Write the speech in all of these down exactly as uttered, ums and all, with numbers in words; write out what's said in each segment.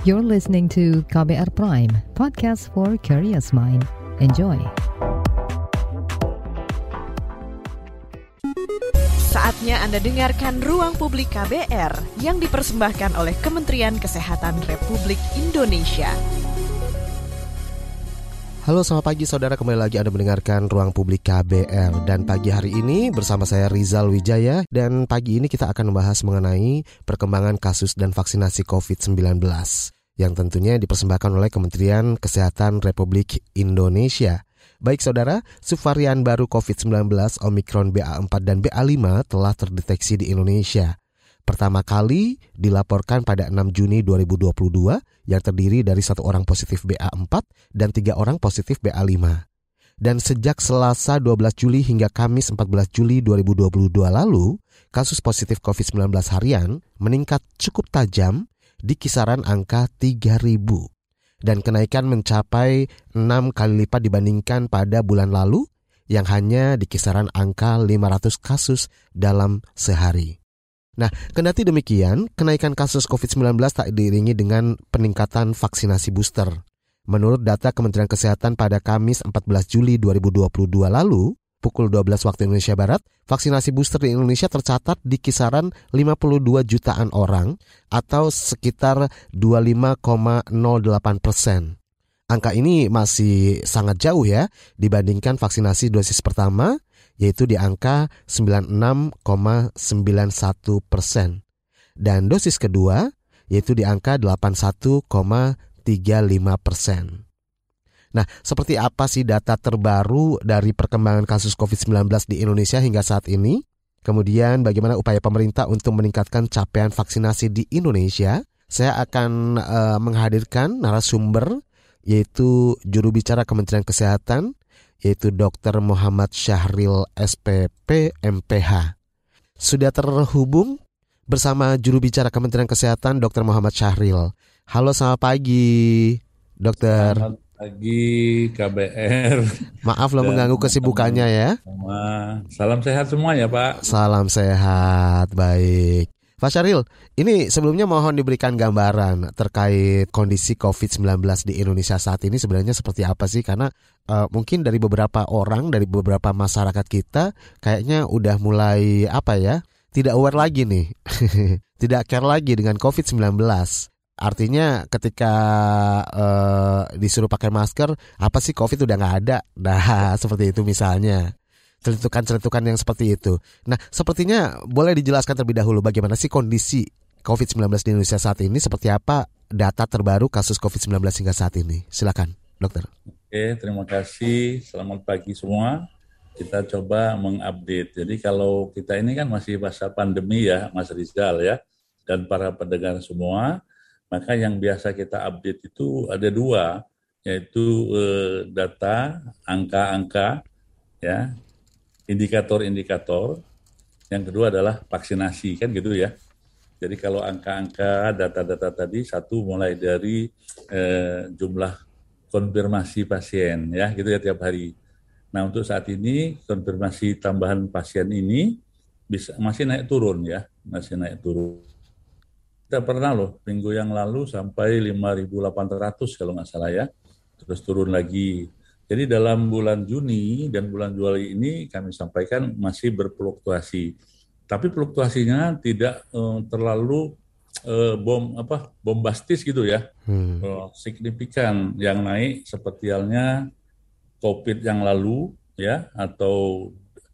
You're listening to K B R Prime, podcast for curious mind. Enjoy. Saatnya Anda dengarkan Ruang Publik K B R yang dipersembahkan oleh Kementerian Kesehatan Republik Indonesia. Halo, selamat pagi saudara, kembali lagi Anda mendengarkan Ruang Publik K B R. Dan pagi hari ini bersama saya Rizal Wijaya. Dan pagi ini kita akan membahas mengenai perkembangan kasus dan vaksinasi covid sembilan belas yang tentunya dipersembahkan oleh Kementerian Kesehatan Republik Indonesia. Baik saudara, subvarian baru covid sembilan belas Omikron B A empat dan B A lima telah terdeteksi di Indonesia. Pertama kali dilaporkan pada enam Juni dua ribu dua puluh dua yang terdiri dari satu orang positif B A empat dan tiga orang positif B A lima. Dan sejak Selasa dua belas Juli hingga Kamis empat belas Juli dua ribu dua puluh dua lalu, kasus positif covid sembilan belas harian meningkat cukup tajam di kisaran angka tiga ribu. Dan kenaikan mencapai enam kali lipat dibandingkan pada bulan lalu yang hanya di kisaran angka lima ratus kasus dalam sehari. Nah, kendati demikian, kenaikan kasus covid sembilan belas tak diiringi dengan peningkatan vaksinasi booster. Menurut data Kementerian Kesehatan pada Kamis empat belas Juli dua ribu dua puluh dua lalu, pukul dua belas waktu Indonesia Barat, vaksinasi booster di Indonesia tercatat di kisaran lima puluh dua jutaan orang atau sekitar dua puluh lima koma nol delapan persen. Angka ini masih sangat jauh ya dibandingkan vaksinasi dosis pertama, yaitu di angka sembilan puluh enam koma sembilan satu persen. Dan dosis kedua yaitu di angka delapan puluh satu koma tiga lima persen. Nah, seperti apa sih data terbaru dari perkembangan kasus covid sembilan belas di Indonesia hingga saat ini? Kemudian bagaimana upaya pemerintah untuk meningkatkan capaian vaksinasi di Indonesia? Saya akan uh, menghadirkan narasumber yaitu juru bicara Kementerian Kesehatan, yaitu Dokter Muhammad Syahril S P P M P H. Sudah terhubung bersama juru bicara Kementerian Kesehatan Dokter Muhammad Syahril. Halo, selamat pagi, Dokter. Selamat pagi K B R. Maaf lo mengganggu kesibukannya ya. Salam sehat semua ya Pak. Salam sehat, baik. Pak Syahril, ini sebelumnya mohon diberikan gambaran terkait kondisi covid sembilan belas di Indonesia saat ini sebenarnya seperti apa sih? Karena uh, mungkin dari beberapa orang, dari beberapa masyarakat kita kayaknya udah mulai apa ya, tidak aware lagi nih, tidak care lagi dengan covid sembilan belas. Artinya ketika uh, disuruh pakai masker, apa sih covid udah gak ada? Nah seperti itu misalnya. Celetukan-celetukan yang seperti itu. Nah, sepertinya boleh dijelaskan terlebih dahulu bagaimana sih kondisi covid sembilan belas di Indonesia saat ini, seperti apa data terbaru kasus covid sembilan belas hingga saat ini. Silakan, Dokter. Oke, terima kasih. Selamat pagi semua. Kita coba mengupdate. Jadi kalau kita ini kan masih masa pandemi ya, Mas Rizal ya, dan para pendengar semua, maka yang biasa kita update itu ada dua, yaitu eh, data, angka-angka, ya, indikator-indikator, yang kedua adalah vaksinasi, kan gitu ya. Jadi kalau angka-angka, data-data tadi, satu mulai dari eh, jumlah konfirmasi pasien, ya gitu ya tiap hari. Nah untuk saat ini, konfirmasi tambahan pasien ini bisa masih naik turun ya, masih naik turun. Kita pernah loh, minggu yang lalu sampai lima ribu delapan ratus kalau nggak salah ya, terus turun lagi. Jadi dalam bulan Juni dan bulan Juli ini kami sampaikan masih berfluktuasi, tapi fluktuasinya tidak uh, terlalu uh, bom apa bombastis gitu ya, hmm. uh, signifikan yang naik seperti halnya COVID yang lalu ya atau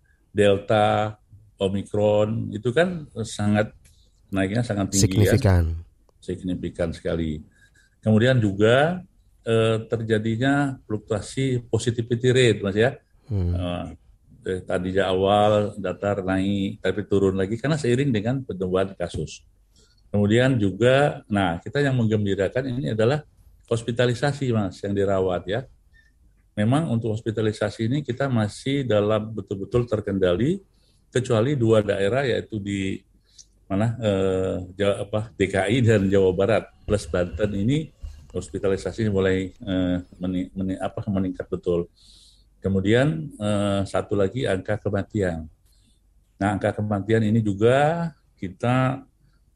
Delta, Omikron itu kan sangat naiknya sangat tinggi signifikan. ya, signifikan sekali. Kemudian juga Eh, terjadinya fluktuasi positivity rate, Mas ya. Hmm. Eh, tadinya awal datar naik, tapi turun lagi karena seiring dengan pertumbuhan kasus. Kemudian juga, nah kita yang menggembirakan ini adalah hospitalisasi, Mas, yang dirawat ya. Memang untuk hospitalisasi ini kita masih dalam betul-betul terkendali, kecuali dua daerah yaitu di mana eh, Jawa, apa, D K I dan Jawa Barat plus Banten ini. Hospitalisasi mulai uh, meni, meni, apa, meningkat betul. Kemudian uh, satu lagi angka kematian. Nah angka kematian ini juga kita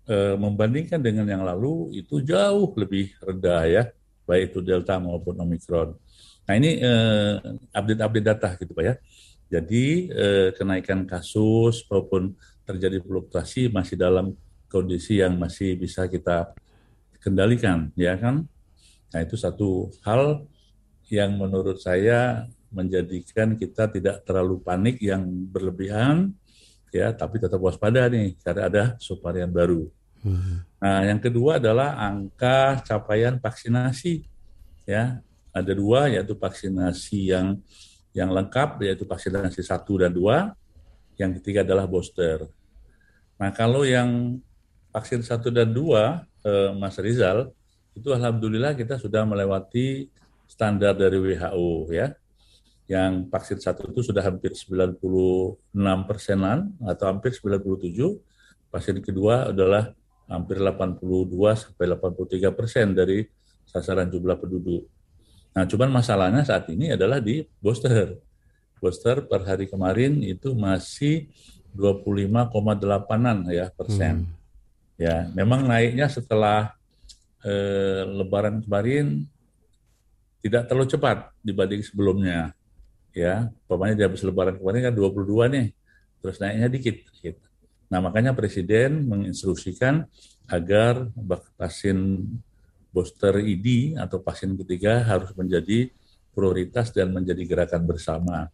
eh, membandingkan dengan yang lalu itu jauh lebih rendah ya, baik itu Delta maupun Omicron. Nah ini eh, update-update data gitu Pak ya. Jadi eh, kenaikan kasus maupun terjadi fluktuasi masih dalam kondisi yang masih bisa kita kendalikan, ya kan? Nah itu satu hal yang menurut saya menjadikan kita tidak terlalu panik yang berlebihan, ya, tapi tetap waspada nih karena ada subvarian baru. Hmm. Nah yang kedua adalah angka capaian vaksinasi, ya, ada dua yaitu vaksinasi yang yang lengkap yaitu vaksinasi satu dan dua, yang ketiga adalah booster. Nah kalau yang vaksin satu dan dua, eh, Mas Rizal, itu alhamdulillah kita sudah melewati standar dari W H O ya. Yang vaksin satu itu sudah hampir sembilan puluh enam persenan atau hampir sembilan puluh tujuh. Vaksin kedua adalah hampir delapan puluh dua sampai delapan puluh tiga persen dari sasaran jumlah penduduk. Nah, cuman masalahnya saat ini adalah di booster. Booster per hari kemarin itu masih dua puluh lima koma delapan ya persen. Hmm. Ya, memang naiknya setelah eh, Lebaran kemarin tidak terlalu cepat dibanding sebelumnya. Ya, umpamanya di habis Lebaran kemarin kan dua puluh dua nih, terus naiknya dikit. Gitu. Nah, makanya Presiden menginstruksikan agar vaksin booster I D atau vaksin ketiga harus menjadi prioritas dan menjadi gerakan bersama.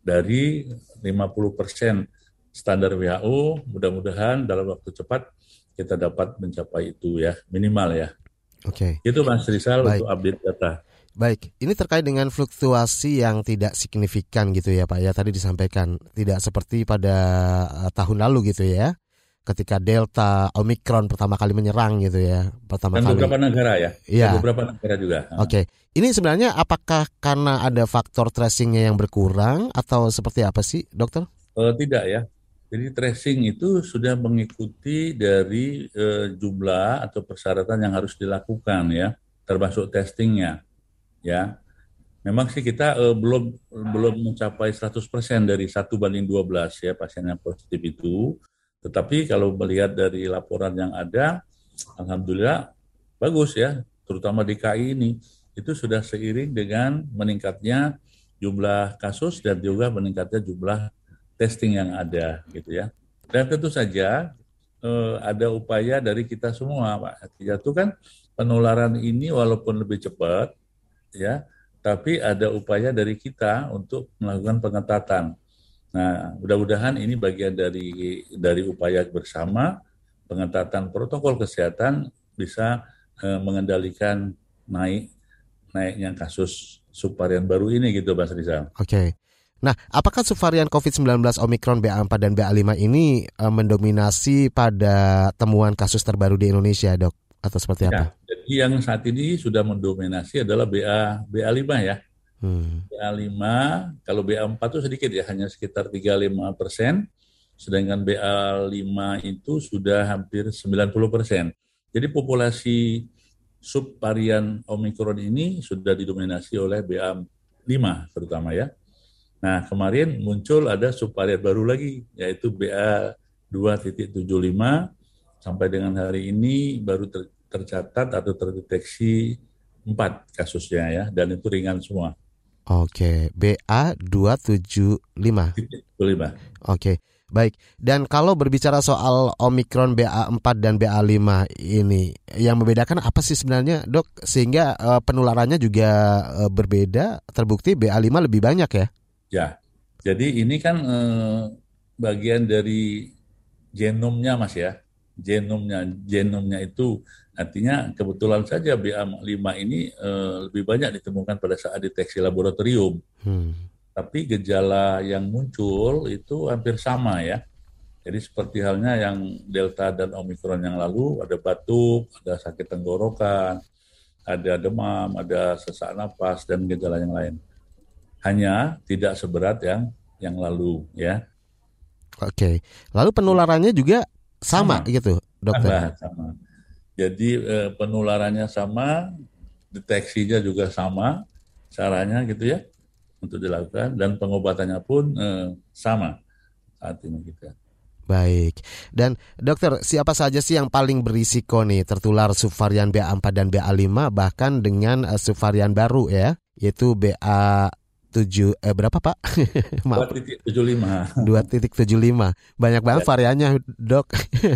Dari lima puluh persen standar W H O, mudah-mudahan dalam waktu cepat kita dapat mencapai itu ya, minimal ya. Oke. Itu Mas Rizal. Baik. Untuk update data. Baik, ini terkait dengan fluktuasi yang tidak signifikan gitu ya Pak ya, tadi disampaikan tidak seperti pada uh, tahun lalu gitu ya, ketika Delta, Omicron pertama kali menyerang gitu ya, pertama Dan kali. beberapa negara ya, ya. Dan beberapa negara juga. Oke, ini sebenarnya apakah karena ada faktor tracingnya yang berkurang atau seperti apa sih, dokter? Uh, tidak ya, jadi tracing itu sudah mengikuti dari uh, jumlah atau persyaratan yang harus dilakukan ya, termasuk testingnya. Ya, memang sih kita uh, belum belum mencapai seratus persen dari satu banding dua belas ya pasien yang positif itu. Tetapi kalau melihat dari laporan yang ada, alhamdulillah bagus ya, terutama di K I ini itu sudah seiring dengan meningkatnya jumlah kasus dan juga meningkatnya jumlah testing yang ada gitu ya. Dan tentu saja uh, ada upaya dari kita semua, Pak. Yaitu kan penularan ini walaupun lebih cepat ya, tapi ada upaya dari kita untuk melakukan pengetatan. Nah, mudah-mudahan ini bagian dari dari upaya bersama pengetatan protokol kesehatan bisa eh, mengendalikan naik naiknya kasus subvarian baru ini gitu, Mas Rizal. Oke. Nah, apakah subvarian covid sembilan belas Omicron B A empat dan B A lima ini eh, mendominasi pada temuan kasus terbaru di Indonesia, Dok? Atau seperti apa? Ya, jadi yang saat ini sudah mendominasi adalah B A B A lima ya. Hmm. B A lima, kalau B A empat itu sedikit ya, hanya sekitar tiga puluh lima persen, sedangkan B A lima itu sudah hampir sembilan puluh persen. Jadi populasi subvarian Omicron ini sudah didominasi oleh B A lima terutama ya. Nah, kemarin muncul ada subvarian baru lagi, yaitu B A dua titik tujuh lima. Sampai dengan hari ini baru ter, tercatat atau terdeteksi empat kasusnya ya, dan itu ringan semua. Oke, B A dua tujuh lima. Oke, baik. Dan kalau berbicara soal Omicron B A empat dan B A lima ini, yang membedakan apa sih sebenarnya, Dok? Sehingga uh, penularannya juga uh, berbeda, terbukti B A lima lebih banyak ya? Ya, jadi ini kan uh, bagian dari genomnya Mas ya. Genomnya, genomnya itu artinya kebetulan saja B A lima ini uh, lebih banyak ditemukan pada saat deteksi laboratorium. Hmm. Tapi gejala yang muncul itu hampir sama ya. Jadi seperti halnya yang Delta dan Omicron yang lalu, ada batuk, ada sakit tenggorokan, ada demam, ada sesak napas dan gejala yang lain. Hanya tidak seberat yang yang lalu ya. Oke. Lalu penularannya juga sama, sama gitu, dokter? Sama, sama. Jadi eh, penularannya sama, deteksinya juga sama, caranya gitu ya untuk dilakukan, dan pengobatannya pun eh, sama saat ini kita. Baik. Dan dokter, siapa saja sih yang paling berisiko nih tertular subvarian B A empat dan B A lima bahkan dengan uh, subvarian baru ya, yaitu B A tujuh eh berapa Pak? dua titik tujuh lima. dua titik tujuh lima. Banyak banget ya. Variannya, Dok.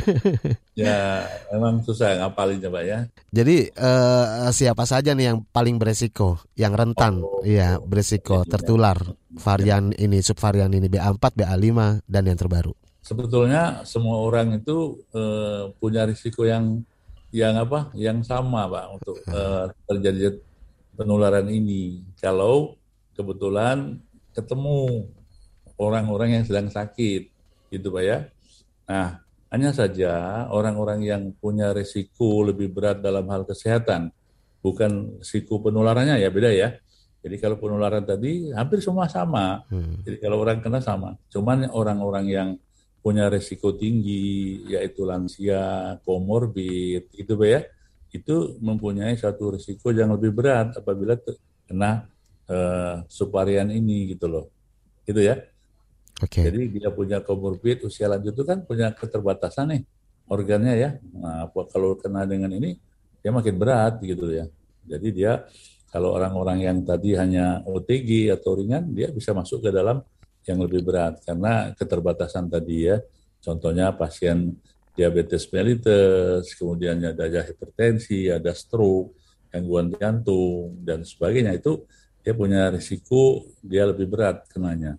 Ya, memang susah ngapalinnya, Pak ya. Jadi uh, siapa saja nih yang paling berisiko, yang rentan oh, ya oh, berisiko tertular varian ya. Ini, subvarian ini B A empat, B A lima dan yang terbaru? Sebetulnya semua orang itu uh, punya risiko yang yang apa? Yang sama, Pak, untuk uh, terjadi penularan ini. Kalau kebetulan ketemu orang-orang yang sedang sakit, gitu Pak ya. Nah, hanya saja orang-orang yang punya risiko lebih berat dalam hal kesehatan, bukan risiko penularannya ya, beda ya. Jadi kalau penularan tadi hampir semua sama. Hmm. Jadi kalau orang kena sama. Cuman orang-orang yang punya risiko tinggi, yaitu lansia, komorbid, itu Pak ya, itu mempunyai satu risiko yang lebih berat apabila kena uh, subvarian ini gitu loh. Gitu ya. Okay. Jadi dia punya komorbid, usia lanjut itu kan punya keterbatasan nih organnya ya. Nah, kalau kena dengan ini dia makin berat gitu ya. Jadi dia kalau orang-orang yang tadi hanya O T G atau ringan, dia bisa masuk ke dalam yang lebih berat karena keterbatasan tadi ya. Contohnya pasien diabetes mellitus, kemudian ada hipertensi, ada stroke, gangguan jantung dan sebagainya, itu dia punya risiko dia lebih berat kenanya.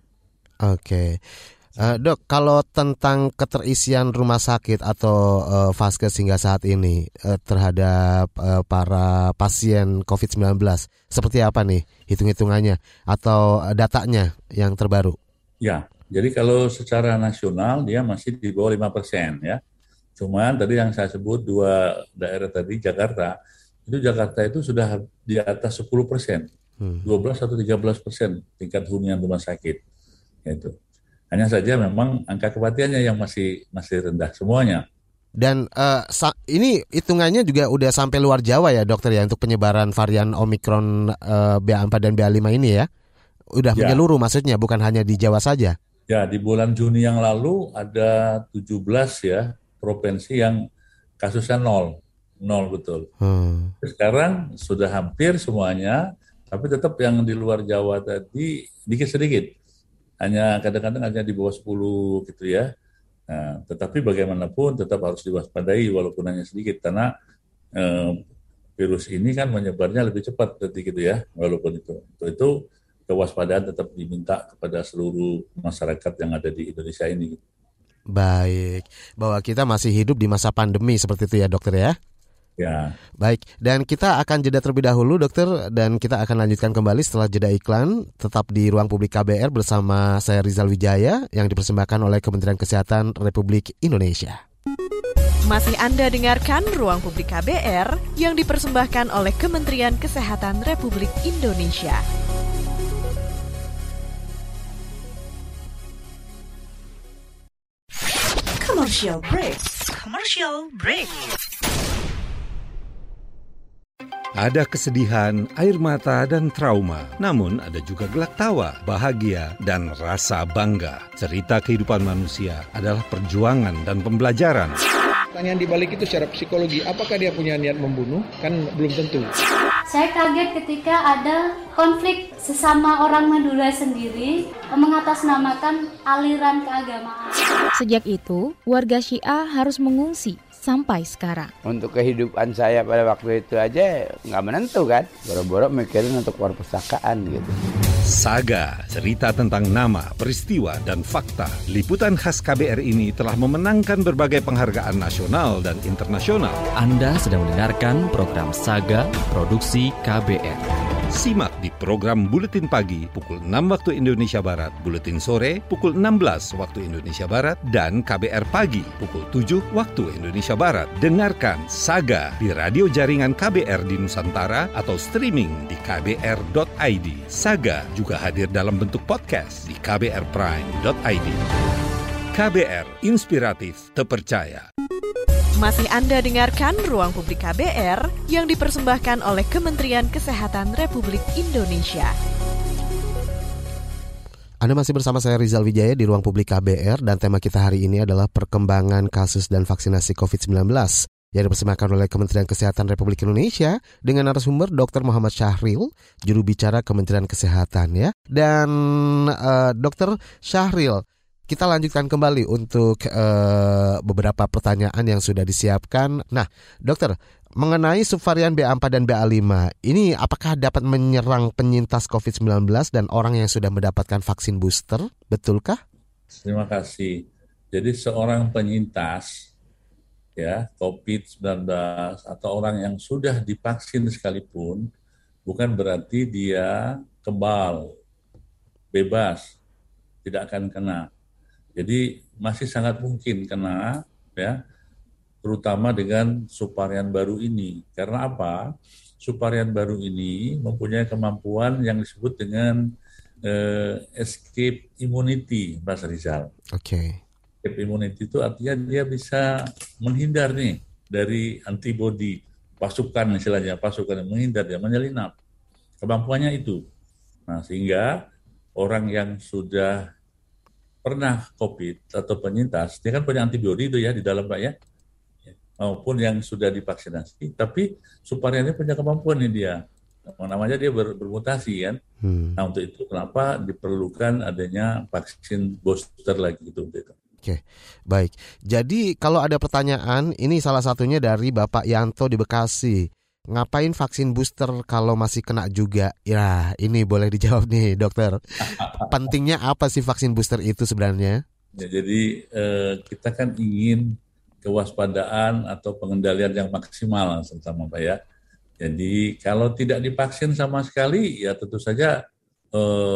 Oke, uh, Dok, kalau tentang keterisian rumah sakit atau uh, vaskes hingga saat ini uh, terhadap uh, para pasien covid sembilan belas, seperti apa nih hitung-hitungannya atau uh, datanya yang terbaru? Ya, jadi kalau secara nasional dia masih di bawah lima persen ya. Cuman tadi yang saya sebut dua daerah tadi, Jakarta, itu Jakarta itu sudah di atas sepuluh persen, hmm. dua belas atau tiga belas persen tingkat hunian rumah sakit. Itu. Hanya saja memang angka kematiannya yang masih masih rendah semuanya. Dan uh, sa- ini hitungannya juga udah sampai luar Jawa ya dokter ya untuk penyebaran varian Omicron uh, B A empat dan B A lima ini ya? Udah ya. Menyeluruh maksudnya, bukan hanya di Jawa saja? Ya, di bulan Juni yang lalu ada tujuh belas ya provinsi yang kasusnya nol. Nol betul. Hmm. Sekarang sudah hampir semuanya, tapi tetap yang di luar Jawa tadi dikit-sedikit. Hanya kadang-kadang hanya di bawah sepuluh gitu ya. Nah, tetapi bagaimanapun tetap harus diwaspadai walaupun hanya sedikit karena eh, virus ini kan menyebarnya lebih cepat tadi gitu ya. Walaupun itu itu, itu kewaspadaan tetap diminta kepada seluruh masyarakat yang ada di Indonesia ini. Baik, bahwa kita masih hidup di masa pandemi seperti itu ya dokter ya. Ya. Baik, dan kita akan jeda terlebih dahulu dokter, dan kita akan lanjutkan kembali setelah jeda iklan. Tetap di Ruang Publik K B R bersama saya Rizal Wijaya yang dipersembahkan oleh Kementerian Kesehatan Republik Indonesia. Masih Anda dengarkan Ruang Publik K B R yang dipersembahkan oleh Kementerian Kesehatan Republik Indonesia. Commercial break. Commercial break. Ada kesedihan, air mata, dan trauma. Namun ada juga gelak tawa, bahagia, dan rasa bangga. Cerita kehidupan manusia adalah perjuangan dan pembelajaran. Pertanyaan di balik itu secara psikologi, apakah dia punya niat membunuh? Kan belum tentu. Saya kaget ketika ada konflik sesama orang Madura sendiri mengatasnamakan aliran keagamaan. Sejak itu, warga Syiah harus mengungsi sampai sekarang. Untuk kehidupan saya pada waktu itu aja nggak menentu kan. Boro-boro mikirin untuk perpustakaan gitu. Saga, cerita tentang nama, peristiwa, dan fakta. Liputan khas K B R ini telah memenangkan berbagai penghargaan nasional dan internasional. Anda sedang mendengarkan program Saga Produksi K B R. Simak di program Buletin Pagi pukul enam waktu Indonesia Barat, Buletin Sore pukul enam belas waktu Indonesia Barat, dan K B R Pagi pukul tujuh waktu Indonesia Barat. Dengarkan Saga di radio jaringan K B R di Nusantara atau streaming di k b r dot i d. Saga juga hadir dalam bentuk podcast di k b r prime dot i d. K B R, inspiratif, terpercaya. Masih Anda dengarkan Ruang Publik K B R yang dipersembahkan oleh Kementerian Kesehatan Republik Indonesia. Anda masih bersama saya Rizal Wijaya di Ruang Publik K B R dan tema kita hari ini adalah perkembangan kasus dan vaksinasi covid sembilan belas yang dipersembahkan oleh Kementerian Kesehatan Republik Indonesia dengan narasumber Doktor Muhammad Syahril, juru bicara Kementerian Kesehatan ya. Dan uh, Dokter Syahril, kita lanjutkan kembali untuk uh, beberapa pertanyaan yang sudah disiapkan. Nah, Dokter, mengenai subvarian B A empat dan B A lima, ini apakah dapat menyerang penyintas covid sembilan belas dan orang yang sudah mendapatkan vaksin booster? Betulkah? Terima kasih. Jadi seorang penyintas ya covid sembilan belas atau orang yang sudah divaksin sekalipun bukan berarti dia kebal, bebas, tidak akan kena. Jadi masih sangat mungkin kena ya, terutama dengan subvarian baru ini. Karena apa? Subvarian baru ini mempunyai kemampuan yang disebut dengan eh, escape immunity, Mas Rizal. Oke. Okay. Escape immunity itu artinya dia bisa menghindar nih dari antibodi, pasukan istilahnya, pasukan yang menghindar, dia menyelinap. Kemampuannya itu. Nah, sehingga orang yang sudah pernah COVID atau penyintas, dia kan punya antibodi itu ya di dalam Pak ya, maupun yang sudah divaksinasi, tapi subvariannya punya kemampuan nih dia, namanya dia ber, bermutasi kan. Hmm. Nah untuk itu kenapa diperlukan adanya vaksin booster lagi gitu. gitu. Oke, baik. Jadi kalau ada pertanyaan, ini salah satunya dari Bapak Yanto di Bekasi. Ngapain vaksin booster kalau masih kena juga? Ya, ini boleh dijawab nih, dokter. Pentingnya apa sih vaksin booster itu sebenarnya? Ya, jadi eh, kita kan ingin kewaspadaan atau pengendalian yang maksimal terutama Pak ya. Jadi kalau tidak divaksin sama sekali ya tentu saja eh,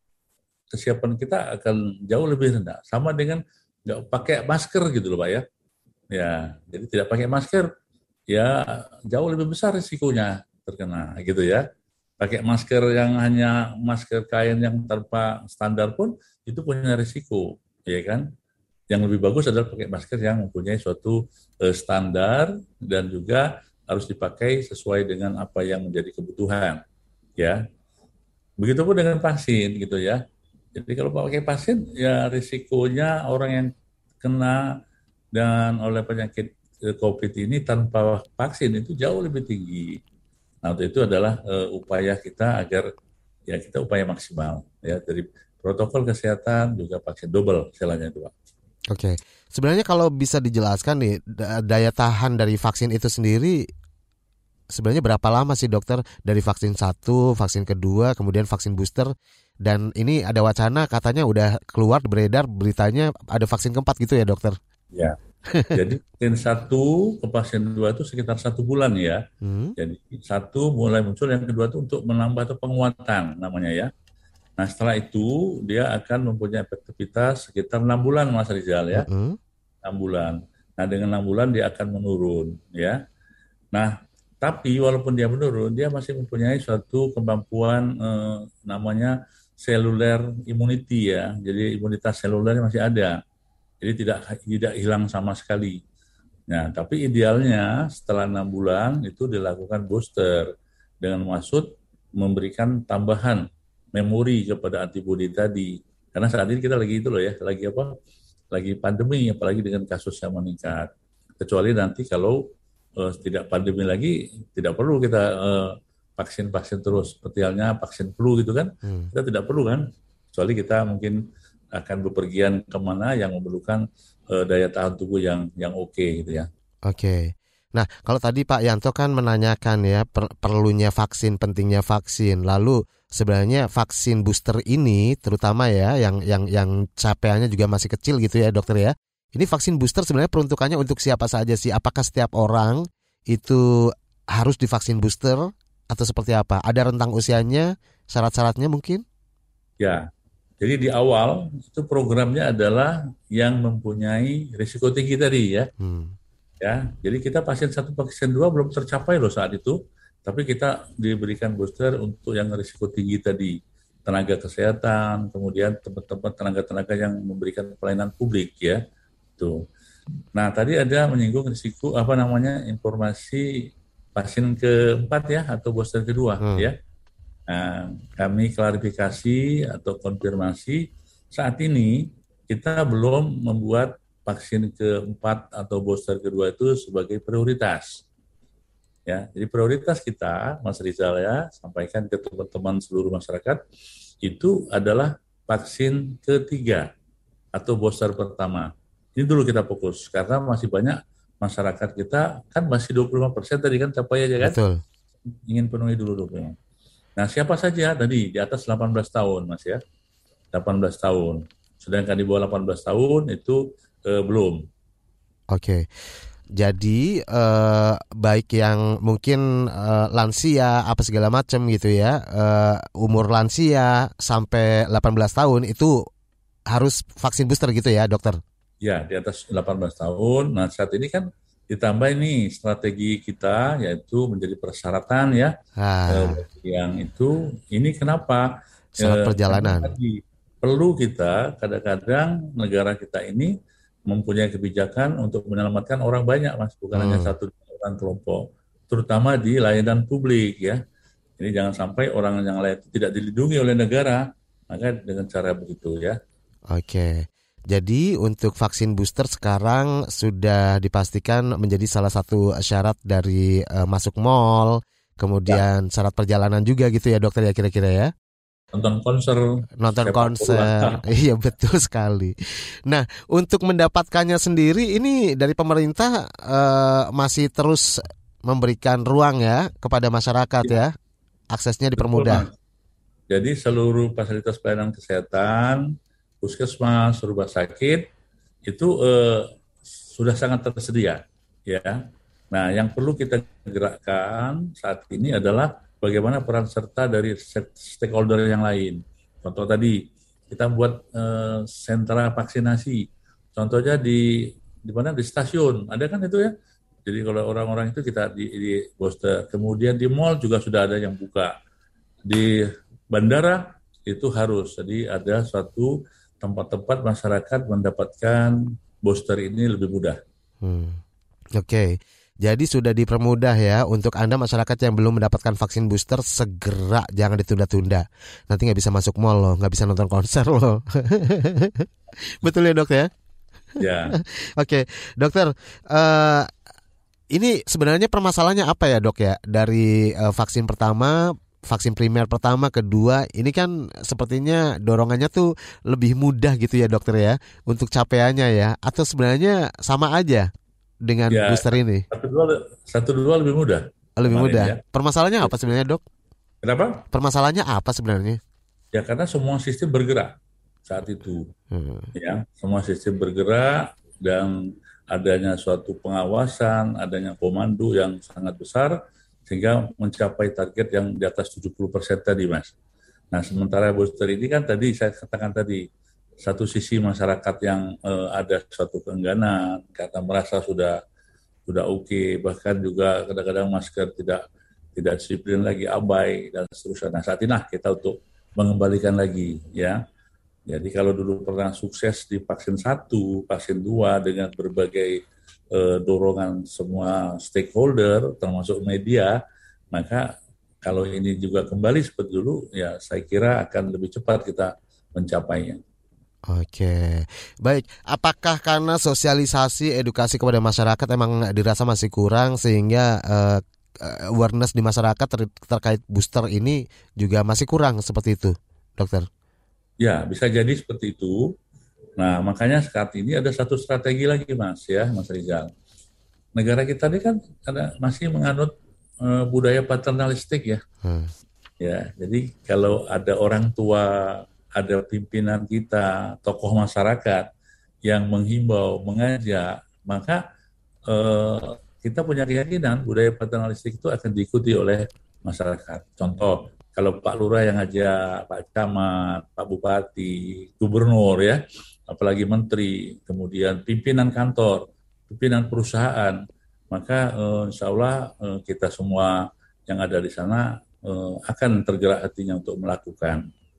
kesiapan kita akan jauh lebih rendah. Sama dengan nggak pakai masker gitu loh Pak ya. Ya, jadi tidak pakai masker ya jauh lebih besar risikonya terkena gitu ya. Pakai masker yang hanya masker kain yang tanpa standar pun itu punya risiko, ya kan? Yang lebih bagus adalah pakai masker yang mempunyai suatu uh, standar dan juga harus dipakai sesuai dengan apa yang menjadi kebutuhan, ya. Begitupun dengan vaksin gitu ya. Jadi kalau pakai vaksin ya risikonya orang yang kena dan oleh penyakit COVID ini tanpa vaksin itu jauh lebih tinggi. Nah, itu adalah uh, upaya kita agar ya kita upaya maksimal ya dari protokol kesehatan juga vaksin double istilahnya itu Pak. Oke, sebenarnya kalau bisa dijelaskan nih daya tahan dari vaksin itu sendiri sebenarnya berapa lama sih dokter dari vaksin satu, vaksin kedua, kemudian vaksin booster, dan ini ada wacana katanya udah keluar beredar beritanya ada vaksin keempat gitu ya dokter? Ya, jadi vaksin satu ke vaksin dua itu sekitar satu bulan ya. Hmm. Jadi satu mulai muncul, yang kedua itu untuk menambah atau penguatan namanya ya. Nah setelah itu dia akan mempunyai efektivitas sekitar enam bulan Mas Rizal ya, mm-hmm. enam bulan. Nah dengan enam bulan dia akan menurun ya. Nah tapi walaupun dia menurun, dia masih mempunyai suatu kemampuan eh, namanya cellular immunity ya. Jadi imunitas seluler masih ada. Jadi tidak tidak hilang sama sekali. Nah tapi idealnya setelah enam bulan itu dilakukan booster dengan maksud memberikan tambahan memori kepada antibodi tadi. Karena saat ini kita lagi itu loh ya, lagi apa? Lagi pandemi, apalagi dengan kasus yang meningkat. Kecuali nanti kalau uh, tidak pandemi lagi, tidak perlu kita uh, vaksin-vaksin terus. Seperti halnya vaksin flu gitu kan, hmm. kita tidak perlu kan. Kecuali kita mungkin akan bepergian kemana yang memerlukan uh, daya tahan tubuh yang yang oke okay, gitu ya. Oke. Okay. Nah, kalau tadi Pak Yanto kan menanyakan ya per- perlunya vaksin, pentingnya vaksin. Lalu sebenarnya vaksin booster ini terutama ya yang yang yang capaiannya juga masih kecil gitu ya dokter ya. Ini vaksin booster sebenarnya peruntukannya untuk siapa saja sih? Apakah setiap orang itu harus divaksin booster atau seperti apa? Ada rentang usianya, syarat-syaratnya mungkin? Ya. Jadi di awal itu programnya adalah yang mempunyai risiko tinggi tadi ya. Hmm. Ya, jadi kita pasien satu, pasien dua belum tercapai loh saat itu, tapi kita diberikan booster untuk yang risiko tinggi tadi, tenaga kesehatan, kemudian tempat-tempat tenaga-tenaga yang memberikan pelayanan publik ya, tuh. Nah tadi ada menyinggung risiko apa namanya informasi pasien keempat ya atau booster kedua hmm. ya. Nah, kami klarifikasi atau konfirmasi, saat ini kita belum membuat vaksin keempat atau booster kedua itu sebagai prioritas. Ya, jadi prioritas kita, Mas Rizal ya, sampaikan ke teman-teman seluruh masyarakat, itu adalah vaksin ketiga atau booster pertama. Ini dulu kita fokus, karena masih banyak masyarakat kita, kan masih dua puluh lima persen tadi kan capai aja kan? Betul. Ingin penuhi dulu dulu. Nah, siapa saja tadi di atas delapan belas tahun, Mas ya. delapan belas tahun. Sedangkan di bawah delapan belas tahun itu eh, belum. Oke. Jadi eh, baik yang mungkin eh, lansia apa segala macam gitu ya, eh, umur lansia sampai delapan belas tahun itu harus vaksin booster gitu ya, dokter? Ya, di atas delapan belas tahun. Nah, saat ini kan ditambah ini strategi kita, yaitu menjadi persyaratan ya. Ah. Eh, yang itu, ini kenapa? Syarat eh, perjalanan. Tadi, perlu kita, kadang-kadang negara kita ini mempunyai kebijakan untuk menyelamatkan orang banyak, Mas. Bukan hmm. hanya satu orang kelompok. Terutama di layanan publik ya. Ini jangan sampai orang yang lain tidak dilindungi oleh negara. Maka dengan cara begitu ya. Oke. Jadi untuk vaksin booster sekarang sudah dipastikan menjadi salah satu syarat dari uh, masuk mall, kemudian ya. Syarat perjalanan juga gitu ya dokter ya kira-kira ya? Nonton konser. Nonton konser, iya betul sekali. Nah untuk mendapatkannya sendiri ini dari pemerintah uh, masih terus memberikan ruang ya kepada masyarakat ya, ya. Aksesnya dipermudah. Betul, jadi seluruh fasilitas pelayanan kesehatan, puskesmas, rumah sakit itu eh, sudah sangat tersedia, ya. Nah, yang perlu kita gerakkan saat ini adalah bagaimana peran serta dari stakeholder yang lain. Contoh tadi kita buat eh, sentra vaksinasi. Contohnya di di mana di stasiun, ada kan itu ya. Jadi kalau orang-orang itu kita di, di booster. Kemudian di mall juga sudah ada yang buka. Di bandara itu harus. Jadi ada suatu tempat-tempat masyarakat mendapatkan booster ini lebih mudah. Hmm. Oke, okay. Jadi sudah dipermudah ya untuk Anda masyarakat yang belum mendapatkan vaksin booster, segera, jangan ditunda-tunda. Nanti nggak bisa masuk mall loh, nggak bisa nonton konser loh. Betul ya dok ya? Ya. Oke, okay. Dokter, uh, ini sebenarnya permasalahannya apa ya dok ya dari uh, vaksin pertama? Vaksin primer pertama, kedua, ini kan sepertinya dorongannya tuh lebih mudah gitu ya dokter ya, untuk capaiannya ya, atau sebenarnya sama aja dengan ya, booster ini? Satu dua, satu dua lebih mudah. Lebih mudah. Ya. Permasalahannya apa sebenarnya dok? Kenapa? Permasalahannya apa sebenarnya? Ya karena semua sistem bergerak saat itu, hmm. ya semua sistem bergerak dan adanya suatu pengawasan, adanya komando yang sangat besar. Sehingga mencapai target yang di atas tujuh puluh persen tadi, Mas. Nah, sementara booster ini kan tadi saya katakan tadi, satu sisi masyarakat yang eh, ada suatu keengganan, karena merasa sudah sudah oke, okay, bahkan juga kadang-kadang masker tidak tidak disiplin lagi, abai, dan seterusnya. Nah, saat ini kita untuk mengembalikan lagi, ya. Jadi kalau dulu pernah sukses di vaksin satu, vaksin dua dengan berbagai dorongan semua stakeholder termasuk media, maka kalau ini juga kembali seperti dulu ya saya kira akan lebih cepat kita mencapainya. Oke, baik. Apakah karena sosialisasi edukasi kepada masyarakat emang dirasa masih kurang sehingga uh, awareness di masyarakat ter- terkait booster ini juga masih kurang seperti itu, dokter? Ya, bisa jadi seperti itu. Nah, makanya saat ini ada satu strategi lagi, Mas, ya, Mas Rizal. Negara kita ini kan ada, masih menganut uh, budaya paternalistik ya. Hmm. Ya, jadi kalau ada orang tua, ada pimpinan kita, tokoh masyarakat yang menghimbau, mengajak, maka uh, kita punya keyakinan budaya paternalistik itu akan diikuti oleh masyarakat. Contoh, kalau Pak Lurah yang ngajak, Pak Camat, Pak Bupati, Gubernur ya, apalagi menteri, kemudian pimpinan kantor, pimpinan perusahaan, maka eh, insya Allah eh, kita semua yang ada di sana eh, akan tergerak hatinya untuk melakukan.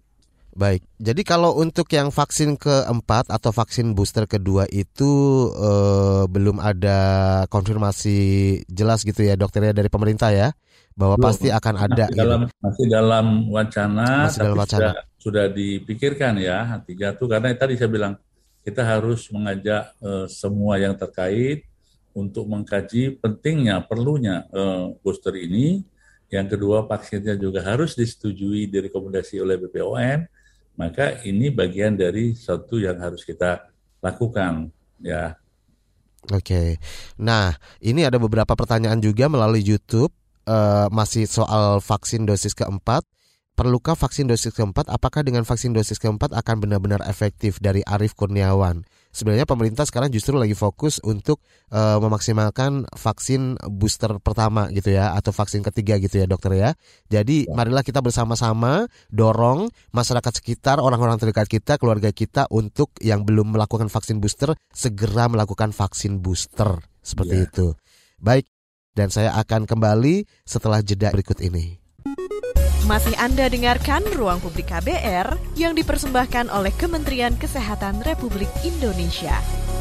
Baik, jadi kalau untuk yang vaksin keempat atau vaksin booster kedua itu eh, belum ada konfirmasi jelas gitu ya dokter ya dari pemerintah ya, bahwa Belum. pasti akan ada masih dalam, gitu. masih dalam wacana, Masih tapi dalam wacana. Sudah, sudah dipikirkan ya tiga tuh, karena tadi saya bilang kita harus mengajak eh, semua yang terkait untuk mengkaji pentingnya, perlunya eh, booster ini. Yang kedua, vaksinnya juga harus disetujui, direkomendasi oleh B P O M. Maka ini bagian dari sesuatu yang harus kita lakukan, ya. Oke, nah ini ada beberapa pertanyaan juga melalui YouTube, uh, masih soal vaksin dosis keempat. Perlukah vaksin dosis keempat? Apakah dengan vaksin dosis keempat akan benar-benar efektif? Dari Arif Kurniawan. Sebenarnya pemerintah sekarang justru lagi fokus untuk uh, memaksimalkan vaksin booster pertama gitu ya, atau vaksin ketiga gitu ya dokter ya. Jadi marilah kita bersama-sama dorong masyarakat sekitar, orang-orang terdekat kita, keluarga kita untuk yang belum melakukan vaksin booster segera melakukan vaksin booster seperti Ya. itu. Baik, dan saya akan kembali setelah jeda berikut ini. Masih Anda dengarkan Ruang Publik K B R yang dipersembahkan oleh Kementerian Kesehatan Republik Indonesia.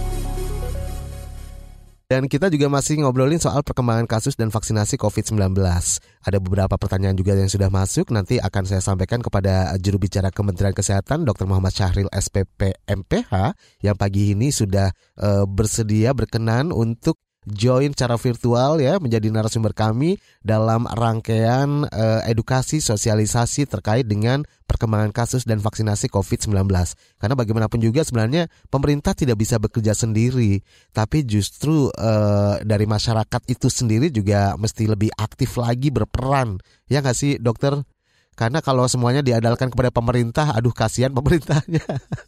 Dan kita juga masih ngobrolin soal perkembangan kasus dan vaksinasi covid sembilan belas. Ada beberapa pertanyaan juga yang sudah masuk, nanti akan saya sampaikan kepada juru bicara Kementerian Kesehatan dokter Muhammad Syahril S P P M P H yang pagi ini sudah uh, bersedia berkenan untuk join secara virtual ya, menjadi narasumber kami dalam rangkaian eh, edukasi sosialisasi terkait dengan perkembangan kasus dan vaksinasi covid sembilan belas. Karena bagaimanapun juga sebenarnya pemerintah tidak bisa bekerja sendiri, tapi justru eh, dari masyarakat itu sendiri juga mesti lebih aktif lagi berperan. Ya nggak sih dokter? Karena kalau semuanya diandalkan kepada pemerintah, aduh kasihan pemerintahnya.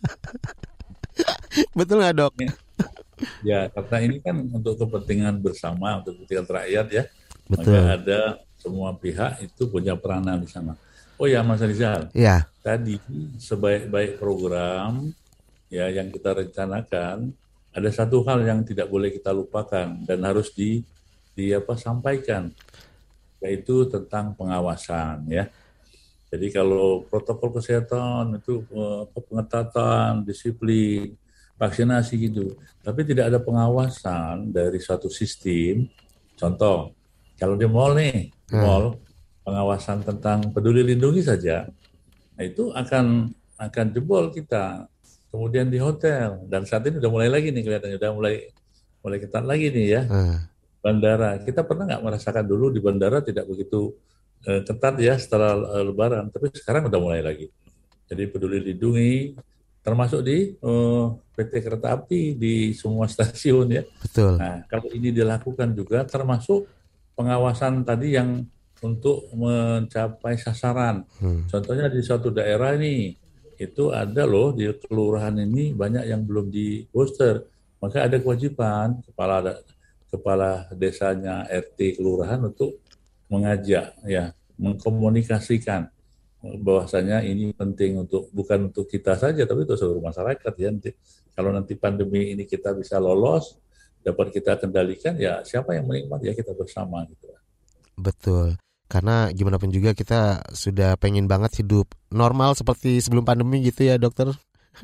Betul nggak dok? Ya, karena ini kan untuk kepentingan bersama, untuk kepentingan rakyat ya. Betul. Maka ada semua pihak itu punya peranan di sana. Oh ya, Mas Rizal. Ya. Tadi sebaik-baik program ya yang kita rencanakan, ada satu hal yang tidak boleh kita lupakan dan harus di, di apa sampaikan, yaitu tentang pengawasan ya. Jadi kalau protokol kesehatan itu pengetatan, disiplin, vaksinasi gitu, tapi tidak ada pengawasan dari suatu sistem. Contoh, kalau di mall nih, di mall pengawasan tentang peduli lindungi saja, nah itu akan akan jebol kita. Kemudian di hotel, dan saat ini udah mulai lagi nih kelihatannya, udah mulai mulai ketat lagi nih ya. Hmm. Bandara, kita pernah nggak merasakan dulu di bandara tidak begitu eh, ketat ya setelah eh, Lebaran, tapi sekarang udah mulai lagi. Jadi peduli lindungi, termasuk di uh, P T Kereta Api di semua stasiun ya. Betul. Nah, kalau ini dilakukan juga termasuk pengawasan tadi yang untuk mencapai sasaran. Hmm. Contohnya di suatu daerah ini itu ada loh di kelurahan ini banyak yang belum di booster, maka ada kewajiban kepala kepala desanya R T kelurahan untuk mengajak ya, mengkomunikasikan bahwasanya ini penting untuk bukan untuk kita saja tapi untuk seluruh masyarakat ya. Nanti, kalau nanti pandemi ini kita bisa lolos, dapat kita kendalikan ya siapa yang menikmati ya kita bersama gitu. Betul. Karena gimana pun juga kita sudah pengen banget hidup normal seperti sebelum pandemi gitu ya dokter.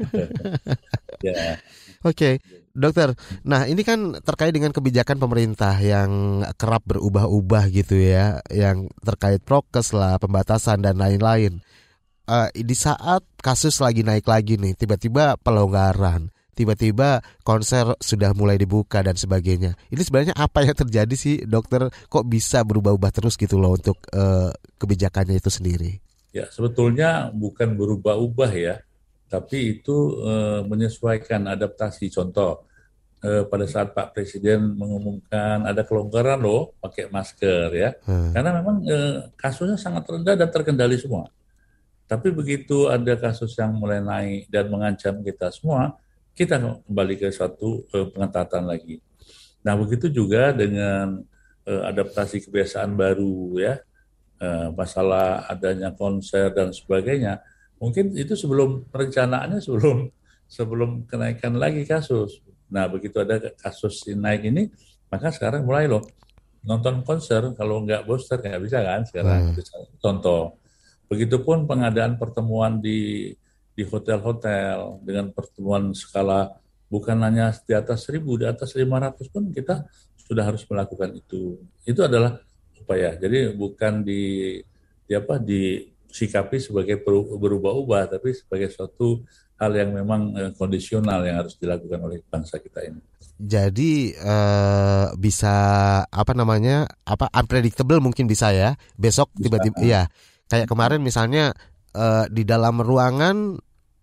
Ya. Oke, okay. Dokter. Nah, ini kan terkait dengan kebijakan pemerintah yang kerap berubah-ubah gitu ya, yang terkait prokes lah, pembatasan dan lain-lain. Uh, di saat kasus lagi naik lagi nih, tiba-tiba pelonggaran, tiba-tiba konser sudah mulai dibuka dan sebagainya. Ini sebenarnya apa yang terjadi sih, dokter? Kok bisa berubah-ubah terus gitu loh untuk uh, kebijakannya itu sendiri? Ya, sebetulnya bukan berubah-ubah ya, tapi itu uh, menyesuaikan adaptasi. Contoh, Uh, pada saat Pak Presiden mengumumkan ada kelonggaran loh pakai masker ya, hmm. karena memang uh, kasusnya sangat rendah dan terkendali semua. Tapi begitu ada kasus yang mulai naik dan mengancam kita semua, kita kembali ke suatu uh, pengetatan lagi. Nah begitu juga dengan uh, adaptasi kebiasaan baru ya, uh, masalah adanya konser dan sebagainya. Mungkin itu sebelum perencanaannya sebelum sebelum kenaikan lagi kasus. Nah, begitu ada kasus naik ini, maka sekarang mulai loh nonton konser kalau nggak booster nggak bisa kan sekarang. Hmm. Contoh, begitupun pengadaan pertemuan di di hotel-hotel dengan pertemuan skala bukan hanya di atas seribu, di atas lima ratus pun kita sudah harus melakukan itu. Itu adalah upaya. Jadi bukan di, di apa disikapi sebagai berubah-ubah, tapi sebagai suatu hal yang memang eh, kondisional yang harus dilakukan oleh bangsa kita ini. Jadi eh, bisa apa namanya apa unpredictable mungkin bisa ya. Besok bisa. Tiba-tiba ya kayak kemarin misalnya eh, di dalam ruangan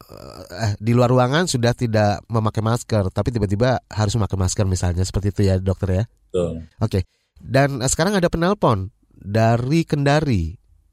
eh, di luar ruangan sudah tidak memakai masker, tapi tiba-tiba harus memakai masker misalnya, seperti itu ya dokter ya. Betul. Oke. Dan eh, sekarang ada penelpon dari Kendari,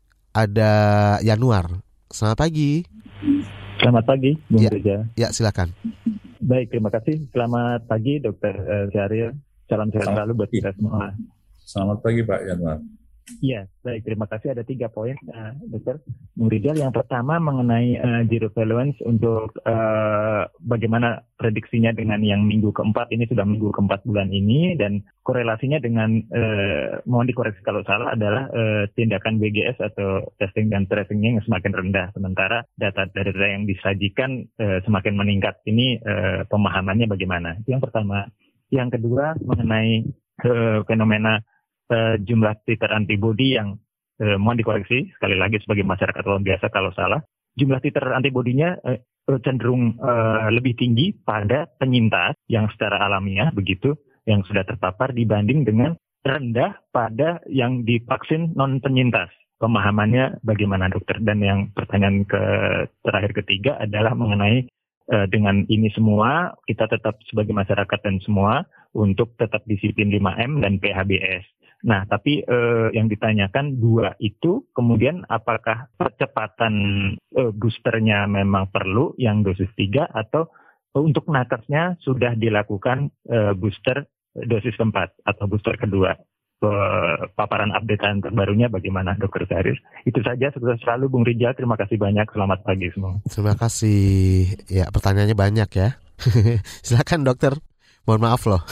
ada Yanuar. Selamat pagi. Selamat pagi, Bung ya, Reza. Ya, silakan. Baik, terima kasih. Selamat pagi, Dokter uh, Syahril. Salam sehat selalu buat kita semua. Selamat pagi, Pak Yanuar. Iya, baik. Terima kasih. Ada tiga poin, uh, Dokter. Bung Rizal, yang pertama mengenai uh, zero tolerance untuk uh, bagaimana prediksinya dengan yang minggu keempat. Ini sudah minggu keempat bulan ini, dan korelasinya dengan, uh, mohon dikoreksi kalau salah, adalah uh, tindakan B G S atau testing dan tracingnya yang semakin rendah. Sementara data dari yang disajikan uh, semakin meningkat. Ini uh, pemahamannya bagaimana? Itu yang pertama. Yang kedua, mengenai uh, fenomena Uh, jumlah titer antibodi yang uh, mohon dikoreksi sekali lagi sebagai masyarakat luar biasa kalau salah, jumlah titer antibodinya uh, cenderung uh, lebih tinggi pada penyintas yang secara alamiah begitu yang sudah terpapar dibanding dengan rendah pada yang divaksin non penyintas. Pemahamannya bagaimana, dokter? Dan yang pertanyaan ke terakhir ketiga adalah mengenai uh, dengan ini semua kita tetap sebagai masyarakat dan semua untuk tetap disiplin lima M dan P H B S. Nah, tapi eh, yang ditanyakan dua itu, kemudian apakah percepatan eh, boosternya memang perlu yang dosis tiga, atau eh, untuk nakesnya sudah dilakukan eh, booster dosis keempat atau booster kedua. Eh, paparan updatean terbarunya bagaimana, Dokter Syahril? Itu saja, sukses selalu Bung Rijal. Terima kasih banyak. Selamat pagi semua. Terima kasih. Ya, pertanyaannya banyak ya. Silakan, Dokter. Mohon maaf loh.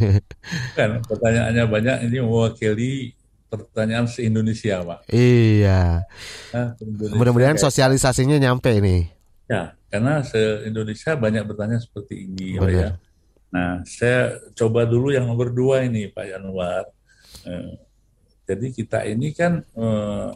Kan pertanyaannya banyak, ini mewakili pertanyaan se-Indonesia, Pak. Iya. Nah, mudah-mudahan kayak... sosialisasinya nyampe ini. Ya, karena se-Indonesia banyak bertanya seperti ini, Pak ya. Nah, saya coba dulu yang nomor dua ini, Pak Yanuar. Eh, jadi kita ini kan eh,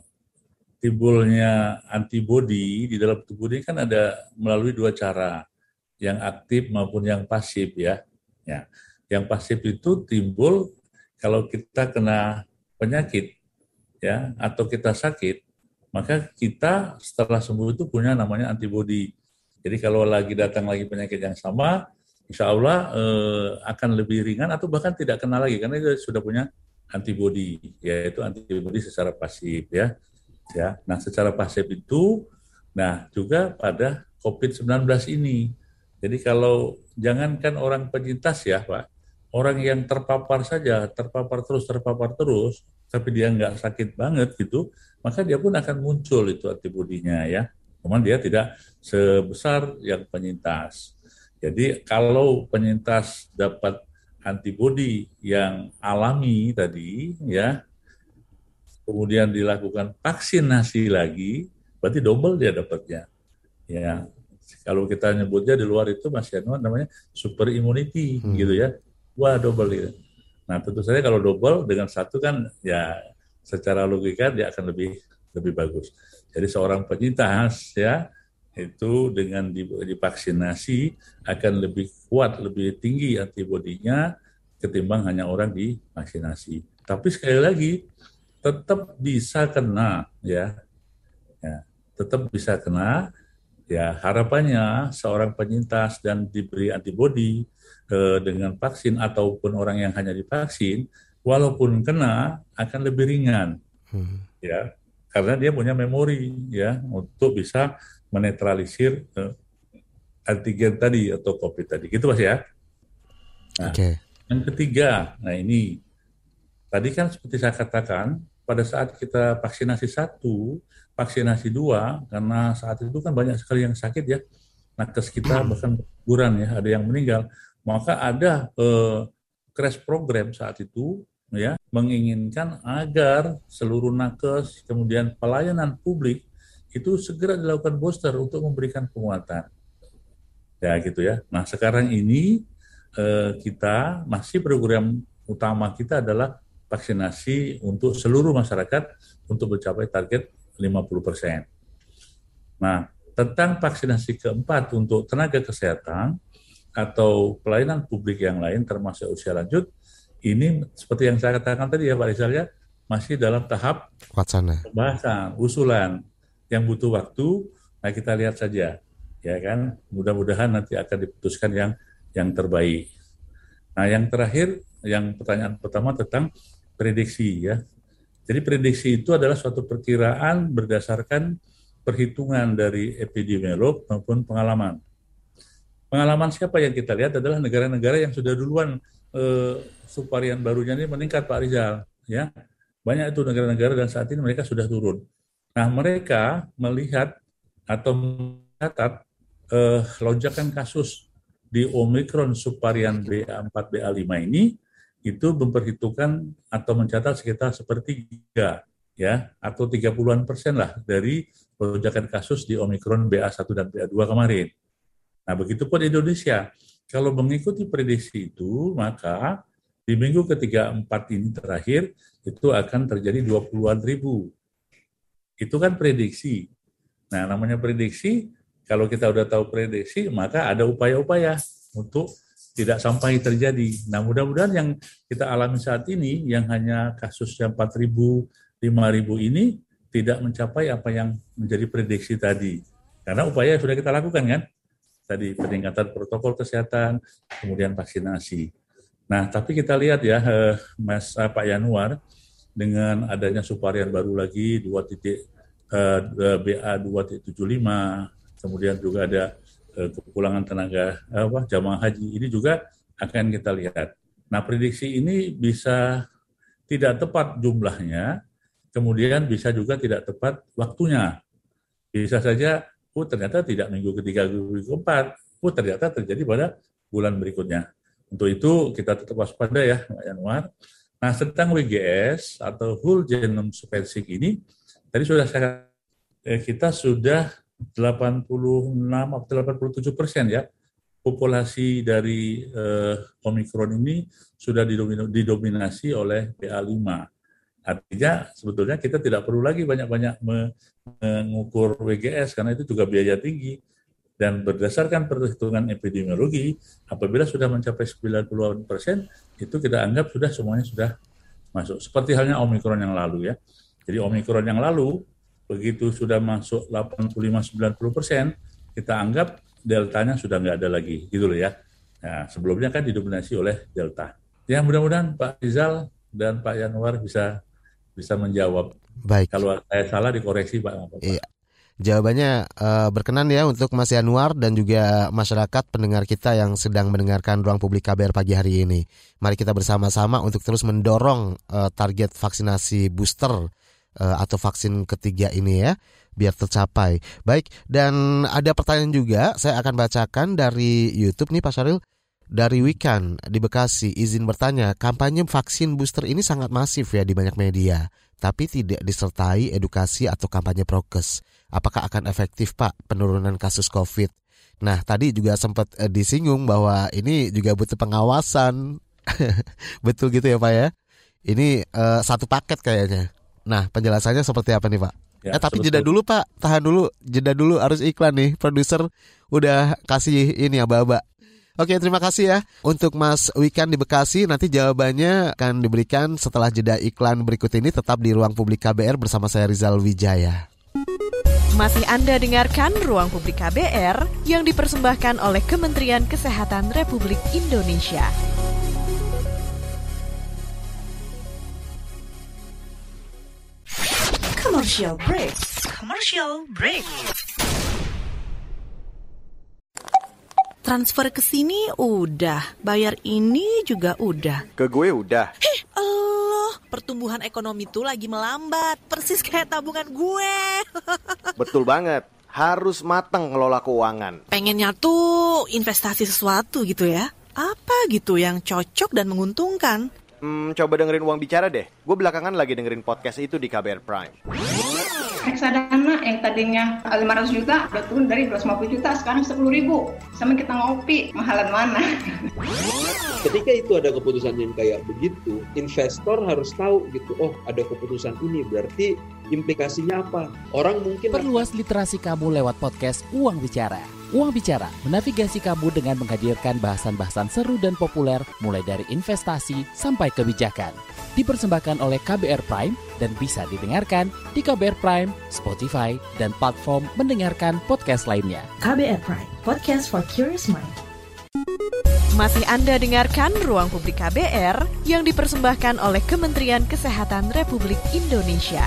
timbulnya antibodi di dalam tubuh ini kan ada melalui dua cara, yang aktif maupun yang pasif ya. Ya, yang pasif itu timbul kalau kita kena penyakit, ya, atau kita sakit, maka kita setelah sembuh itu punya namanya antibodi. Jadi kalau lagi datang lagi penyakit yang sama, insya Allah eh, akan lebih ringan atau bahkan tidak kena lagi karena dia sudah punya antibodi, yaitu antibodi secara pasif, ya. Ya, nah secara pasif itu, nah juga pada covid sembilan belas ini. Jadi kalau jangankan orang penyintas ya Pak, orang yang terpapar saja, terpapar terus, terpapar terus, tapi dia nggak sakit banget gitu, maka dia pun akan muncul itu antibodinya ya. Cuman dia tidak sebesar yang penyintas. Jadi kalau penyintas dapat antibodi yang alami tadi ya, kemudian dilakukan vaksinasi lagi, berarti double dia dapatnya. Ya. Kalau kita nyebutnya di luar itu Mas Yanuar namanya super immunity hmm. gitu ya. Wah double gitu. Nah tentu saja kalau double dengan satu kan ya secara logika dia akan lebih lebih bagus. Jadi seorang penyintas ya itu dengan divaksinasi akan lebih kuat, lebih tinggi antibodinya ketimbang hanya orang divaksinasi. Tapi sekali lagi tetap bisa kena ya. Ya, tetap bisa kena. Ya, harapannya seorang penyintas dan diberi antibodi eh, dengan vaksin ataupun orang yang hanya divaksin, walaupun kena akan lebih ringan, hmm. ya, karena dia punya memori ya untuk bisa menetralisir eh, antigen tadi atau COVID tadi, gitu Mas ya. Nah, okay. Yang ketiga, nah ini tadi kan seperti saya katakan, pada saat kita vaksinasi satu, vaksinasi dua, karena saat itu kan banyak sekali yang sakit ya, nakes kita bahkan berguguran ya, ada yang meninggal, maka ada eh, crash program saat itu ya, menginginkan agar seluruh nakes, kemudian pelayanan publik itu segera dilakukan booster untuk memberikan penguatan. Ya gitu ya. Nah sekarang ini eh, kita masih program utama kita adalah vaksinasi untuk seluruh masyarakat untuk mencapai target lima puluh persen. Nah, tentang vaksinasi keempat untuk tenaga kesehatan atau pelayanan publik yang lain termasuk usia lanjut, ini seperti yang saya katakan tadi ya Pak Rizal ya, masih dalam tahap wacana, pembahasan, usulan yang butuh waktu. Nah, kita lihat saja, ya kan. Mudah-mudahan nanti akan diputuskan yang yang terbaik. Nah, yang terakhir, yang pertanyaan pertama tentang prediksi ya. Jadi prediksi itu adalah suatu perkiraan berdasarkan perhitungan dari epidemiolog maupun pengalaman. Pengalaman siapa yang kita lihat adalah negara-negara yang sudah duluan eh, subvarian barunya ini meningkat Pak Rizal ya. Banyak itu negara-negara dan saat ini mereka sudah turun. Nah, mereka melihat atau mencatat eh, lonjakan kasus di Omicron subvarian B A empat B A lima ini itu memperhitungkan atau mencatat sekitar sepertiga ya atau tiga puluhan persen lah dari lonjakan kasus di Omicron B A satu dan B A dua kemarin. Nah, begitupun Indonesia. Kalau mengikuti prediksi itu, maka di minggu ketiga empat ini terakhir itu akan terjadi dua puluhan ribu. Itu kan prediksi. Nah, namanya prediksi, kalau kita udah tahu prediksi, maka ada upaya-upaya untuk tidak sampai terjadi. Nah, mudah-mudahan yang kita alami saat ini, yang hanya kasusnya empat ribu, lima ribu ini, tidak mencapai apa yang menjadi prediksi tadi. Karena upaya sudah kita lakukan kan? Tadi peningkatan protokol kesehatan, kemudian vaksinasi. Nah, tapi kita lihat ya, eh, Mas eh, Pak Yanuar, dengan adanya subvarian baru lagi, dua titik, eh, B A dua titik tujuh lima, kemudian juga ada kepulangan tenaga apa, jamaah haji, ini juga akan kita lihat. Nah, prediksi ini bisa tidak tepat jumlahnya, kemudian bisa juga tidak tepat waktunya. Bisa saja, oh ternyata tidak minggu ketiga, minggu keempat, oh ternyata terjadi pada bulan berikutnya. Untuk itu kita tetap waspada ya, Pak Yanuar. Nah, tentang W G S atau Whole Genome Sequencing ini, tadi sudah saya eh, kita sudah delapan puluh enam atau delapan puluh tujuh persen ya populasi dari eh, Omicron ini sudah didominasi oleh B A lima. Artinya sebetulnya kita tidak perlu lagi banyak-banyak mengukur W G S karena itu juga biaya tinggi. Dan berdasarkan perhitungan epidemiologi, apabila sudah mencapai sembilan puluh persen, itu kita anggap sudah semuanya sudah masuk. Seperti halnya Omicron yang lalu ya. Jadi Omicron yang lalu, begitu sudah masuk delapan puluh lima sampai sembilan puluh persen, kita anggap deltanya sudah nggak ada lagi, gitu loh ya. Nah, sebelumnya kan didominasi oleh delta. Ya, mudah-mudahan Pak Rizal dan Pak Yanuar bisa bisa menjawab. Baik. Kalau saya salah dikoreksi Pak. Iya. Jawabannya uh, berkenan ya untuk Mas Yanuar dan juga masyarakat pendengar kita yang sedang mendengarkan Ruang Publik K B R pagi hari ini. Mari kita bersama-sama untuk terus mendorong uh, target vaksinasi booster uh, atau vaksin ketiga ini ya, biar tercapai. Baik, dan ada pertanyaan juga saya akan bacakan dari YouTube nih Pak Syahril. Dari Wikan di Bekasi, izin bertanya, kampanye vaksin booster ini sangat masif ya di banyak media, tapi tidak disertai edukasi atau kampanye prokes. Apakah akan efektif Pak penurunan kasus COVID? Nah, tadi juga sempat eh, disinggung bahwa ini juga butuh pengawasan. Betul gitu ya Pak ya? Ini eh, satu paket kayaknya. Nah, penjelasannya seperti apa nih Pak? Ya, eh, tapi betul. Jeda dulu Pak, tahan dulu, jeda dulu harus iklan nih. Produser udah kasih ini aba-aba. Oke, terima kasih ya untuk Mas Wikan di Bekasi. Nanti jawabannya akan diberikan setelah jeda iklan berikut ini. Tetap di Ruang Publik K B R bersama saya Rizal Wijaya. Masih Anda dengarkan Ruang Publik K B R yang dipersembahkan oleh Kementerian Kesehatan Republik Indonesia. Commercial break. Commercial break. Transfer ke sini udah, bayar ini juga udah. Ke gue udah. Hih, Allah, pertumbuhan ekonomi tuh lagi melambat, persis kayak tabungan gue. Betul banget, harus matang ngelola keuangan. Pengennya tuh investasi sesuatu gitu ya. Apa gitu yang cocok dan menguntungkan? Hmm, coba dengerin Uang Bicara deh. Gue belakangan lagi dengerin podcast itu di K B R Prime. Reksadana yang tadinya lima ratus juta udah turun dari dua ratus lima puluh juta, sekarang sepuluh ribu. Sama kita ngopi, mahalan mana? Ketika itu ada keputusan yang kayak begitu, investor harus tahu gitu, oh ada keputusan ini berarti implikasinya apa. Orang mungkin perluas literasi kamu lewat podcast Uang Bicara. Uang Bicara menavigasi kamu dengan menghadirkan bahasan-bahasan seru dan populer mulai dari investasi sampai kebijakan. Dipersembahkan oleh K B R Prime dan bisa didengarkan di K B R Prime, Spotify, dan platform mendengarkan podcast lainnya. K B R Prime, podcast for curious mind. Masih Anda dengarkan Ruang Publik K B R yang dipersembahkan oleh Kementerian Kesehatan Republik Indonesia.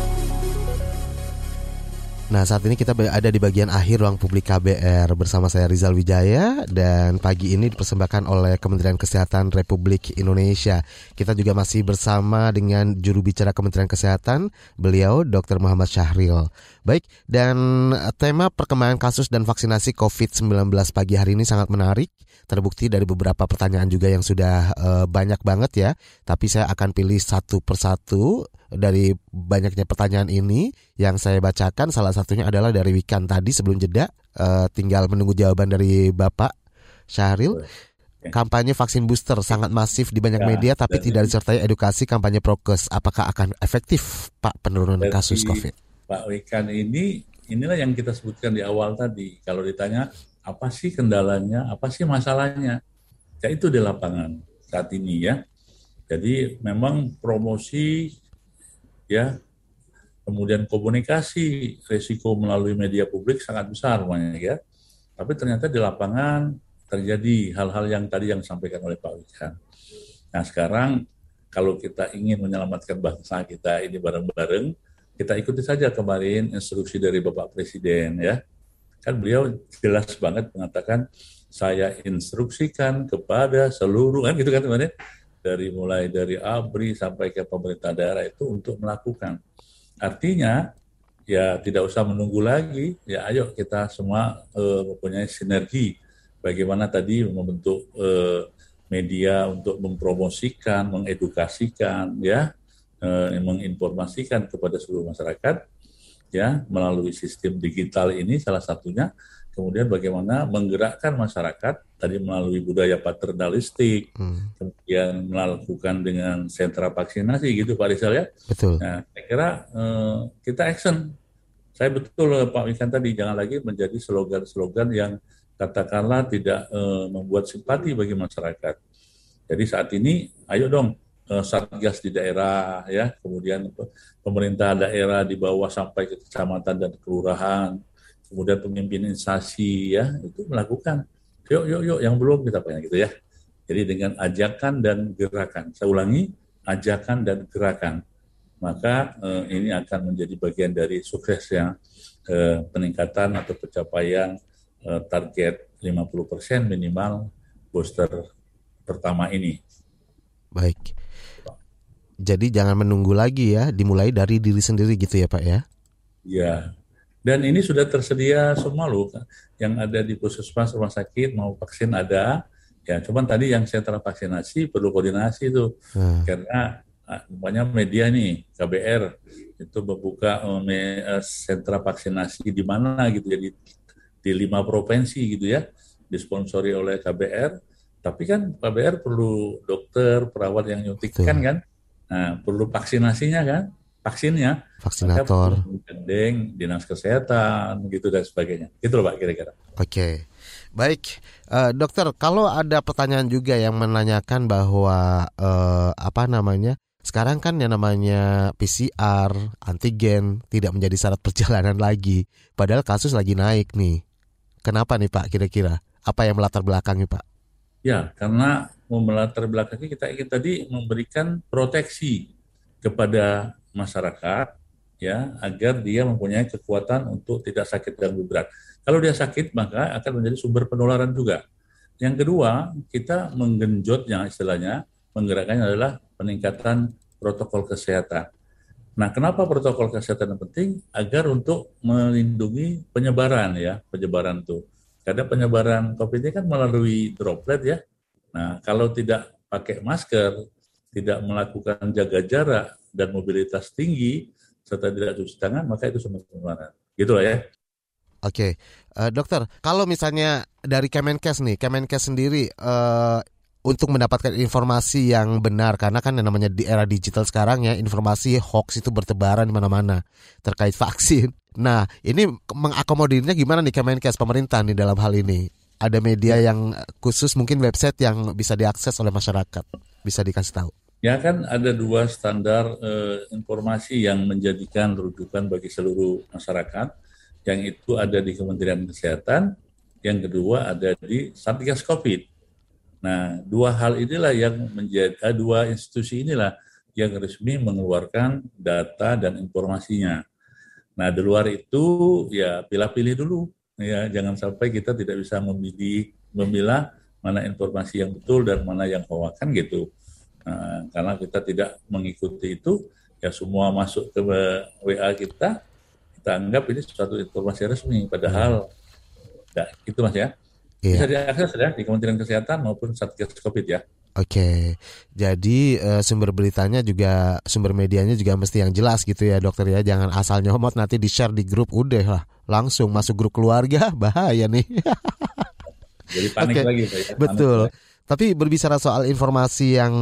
Nah, saat ini kita ada di bagian akhir Ruang Publik K B R bersama saya Rizal Wijaya, dan pagi ini dipersembahkan oleh Kementerian Kesehatan Republik Indonesia. Kita juga masih bersama dengan juru bicara Kementerian Kesehatan, beliau Doktor Muhammad Syahril. Baik, dan tema perkembangan kasus dan vaksinasi covid sembilan belas pagi hari ini sangat menarik. Terbukti dari beberapa pertanyaan juga yang sudah uh, banyak banget ya. Tapi saya akan pilih satu persatu dari banyaknya pertanyaan ini yang saya bacakan. Salah satunya adalah dari Wikan tadi sebelum jeda. Uh, tinggal menunggu jawaban dari Bapak Syahril. Kampanye vaksin booster sangat masif di banyak ya, media tapi tidak disertai edukasi kampanye prokes. Apakah akan efektif Pak penurunan kasus COVID? Pak Wikan ini, inilah yang kita sebutkan di awal tadi. Kalau ditanya apa sih kendalanya, apa sih masalahnya? Ya itu di lapangan saat ini ya. Jadi memang promosi ya, kemudian komunikasi resiko melalui media publik sangat besar banyak ya. Tapi ternyata di lapangan terjadi hal-hal yang tadi yang disampaikan oleh Pak Wikan. Nah sekarang kalau kita ingin menyelamatkan bangsa kita ini bareng-bareng, kita ikuti saja kemarin instruksi dari Bapak Presiden ya. Kan beliau jelas banget mengatakan saya instruksikan kepada seluruh, kan gitu kan kemarin, dari mulai dari A B R I sampai ke pemerintah daerah itu untuk melakukan. Artinya ya tidak usah menunggu lagi, ya ayo kita semua uh, mempunyai sinergi. Bagaimana tadi membentuk uh, media untuk mempromosikan, mengedukasikan, ya, uh, menginformasikan kepada seluruh masyarakat. Ya, melalui sistem digital ini salah satunya, kemudian bagaimana menggerakkan masyarakat tadi melalui budaya paternalistik, hmm. kemudian melakukan dengan sentra vaksinasi gitu Pak Rizal ya. Betul. Nah, saya kira eh, kita action. Saya betul Pak Wikan tadi, jangan lagi menjadi slogan-slogan yang katakanlah tidak eh, membuat simpati bagi masyarakat. Jadi saat ini, ayo dong. Satgas di daerah ya, kemudian pemerintah daerah di bawah sampai ke kecamatan dan kelurahan, kemudian pemimpin instansi ya itu melakukan yuk yuk yuk yang belum kita pengen gitu ya. Jadi dengan ajakan dan gerakan, saya ulangi, ajakan dan gerakan, maka eh, ini akan menjadi bagian dari suksesnya eh, peningkatan atau pencapaian eh, target lima puluh persen minimal booster pertama ini. Baik. Jadi jangan menunggu lagi ya, dimulai dari diri sendiri gitu ya Pak ya? Ya, dan ini sudah tersedia semua loh, yang ada di puskesmas, rumah sakit, mau vaksin ada, ya cuman tadi yang sentra vaksinasi perlu koordinasi tuh, hmm. karena umpamanya media nih, K B R, itu membuka um, sentra vaksinasi di mana gitu, jadi di lima provinsi gitu ya, disponsori oleh K B R, tapi kan K B R perlu dokter, perawat yang nyuntikkan kan, nah, perlu vaksinasinya kan, vaksinnya, vaksinator, gandeng, dinas kesehatan, gitu dan sebagainya. Gitu loh Pak kira-kira. Oke, baik, uh, dokter. Kalau ada pertanyaan juga yang menanyakan bahwa uh, apa namanya, sekarang kan yang namanya P C R, antigen tidak menjadi syarat perjalanan lagi. Padahal kasus lagi naik nih. Kenapa nih Pak kira-kira? Apa yang melatar belakangnya Pak? Ya, karena melatar belakangnya kita ingin tadi memberikan proteksi kepada masyarakat ya agar dia mempunyai kekuatan untuk tidak sakit dan berat. Kalau dia sakit maka akan menjadi sumber penularan juga. Yang kedua, kita menggenjotnya istilahnya, menggerakkannya adalah peningkatan protokol kesehatan. Nah, kenapa protokol kesehatan penting? Agar untuk melindungi penyebaran ya, penyebaran itu. Karena penyebaran COVID ini kan melalui droplet ya. Nah, kalau tidak pakai masker, tidak melakukan jaga jarak dan mobilitas tinggi, serta tidak cuci tangan, maka itu sumber penularan. Gitu lah ya. Oke, uh, dokter, kalau misalnya dari Kemenkes nih, Kemenkes sendiri uh, untuk mendapatkan informasi yang benar, karena kan yang namanya di era digital sekarang ya, informasi hoax itu bertebaran di mana-mana terkait vaksin. Nah, ini mengakomodirnya gimana nih Kemenkes, pemerintah nih dalam hal ini? Ada media yang khusus, mungkin website yang bisa diakses oleh masyarakat, bisa dikasih tahu? Ya kan ada dua standar eh, informasi yang menjadikan rujukan bagi seluruh masyarakat. Yang itu ada di Kementerian Kesehatan, yang kedua ada di Satgas Covid. Nah, dua hal inilah yang menjadi, dua institusi inilah yang resmi mengeluarkan data dan informasinya. Nah, di luar itu ya pilih-pilih dulu, ya jangan sampai kita tidak bisa memilih, memilah mana informasi yang betul dan mana yang hoax kan gitu. Nah, karena kita tidak mengikuti itu, ya semua masuk ke W A kita. Kita anggap ini suatu informasi resmi, padahal enggak, itu Mas ya. Iya. Bisa diakses ya di Kementerian Kesehatan maupun Satgas Covid ya. Oke, jadi uh, sumber beritanya juga, sumber medianya juga mesti yang jelas gitu ya dokter ya. Jangan asal nyomot nanti di-share di grup, udah lah, langsung masuk grup keluarga, bahaya nih. Jadi panik okay. lagi Pak ya. Betul. Panik. Tapi berbicara soal informasi yang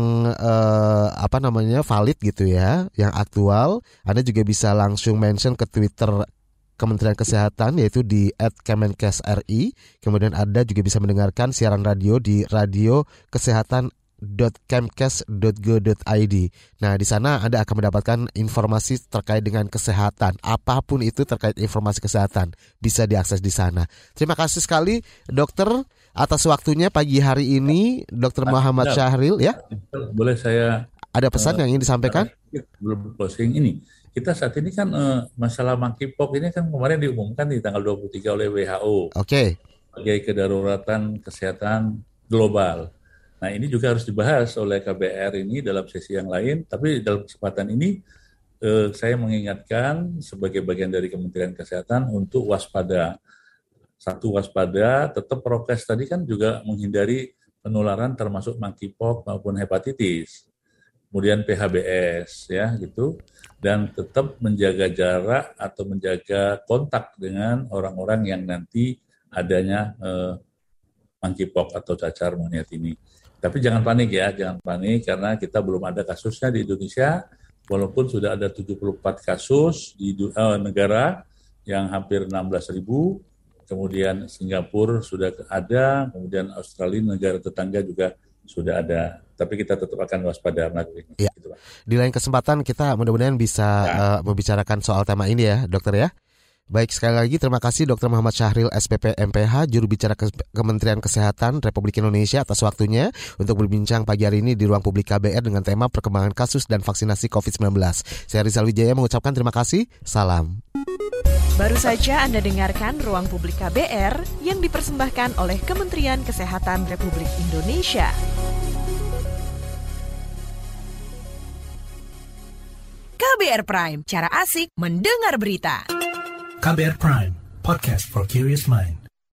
eh, apa namanya valid gitu ya, yang aktual, Anda juga bisa langsung mention ke Twitter Kementerian Kesehatan yaitu di et kemenkes r i. Kemudian Anda juga bisa mendengarkan siaran radio di radio kesehatan dot kemkes dot go dot i d. Nah, di sana Anda akan mendapatkan informasi terkait dengan kesehatan. Apapun itu terkait informasi kesehatan bisa diakses di sana. Terima kasih sekali dokter atas waktunya pagi hari ini, Dokter Muhammad Syahril ya. Boleh saya ada pesan uh, yang ingin disampaikan? Belum closing ini. Kita saat ini kan uh, masalah monkeypox ini kan kemarin diumumkan di tanggal dua puluh tiga oleh W H O. Oke. Okay. Sebagai kedaruratan kesehatan global. Nah, ini juga harus dibahas oleh K B R ini dalam sesi yang lain, tapi dalam kesempatan ini uh, saya mengingatkan sebagai bagian dari Kementerian Kesehatan untuk waspada. Satu, waspada, tetap prokes tadi kan juga menghindari penularan termasuk monkeypox maupun hepatitis. Kemudian P H B S ya gitu, dan tetap menjaga jarak atau menjaga kontak dengan orang-orang yang nanti adanya eh, monkeypox atau cacar monyet ini. Tapi jangan panik ya, jangan panik karena kita belum ada kasusnya di Indonesia, walaupun sudah ada tujuh puluh empat kasus di eh, negara yang hampir enam belas ribu. Kemudian Singapura sudah ada, kemudian Australia, negara tetangga juga sudah ada. Tapi kita tetap akan waspada. Ya. Gitu, Pak. Di lain kesempatan kita mudah-mudahan bisa ya. uh, membicarakan soal tema ini ya, dokter ya. Baik, sekali lagi terima kasih Dokter Muhammad Syahril S P P M P H, juru bicara Ke- Kementerian Kesehatan Republik Indonesia atas waktunya untuk berbincang pagi hari ini di Ruang Publik K B R dengan tema perkembangan kasus dan vaksinasi covid sembilan belas. Saya Rizal Wijaya mengucapkan terima kasih. Salam. Baru saja Anda dengarkan Ruang Publik K B R yang dipersembahkan oleh Kementerian Kesehatan Republik Indonesia. K B R Prime, cara asik mendengar berita. K B R Prime, podcast for curious mind.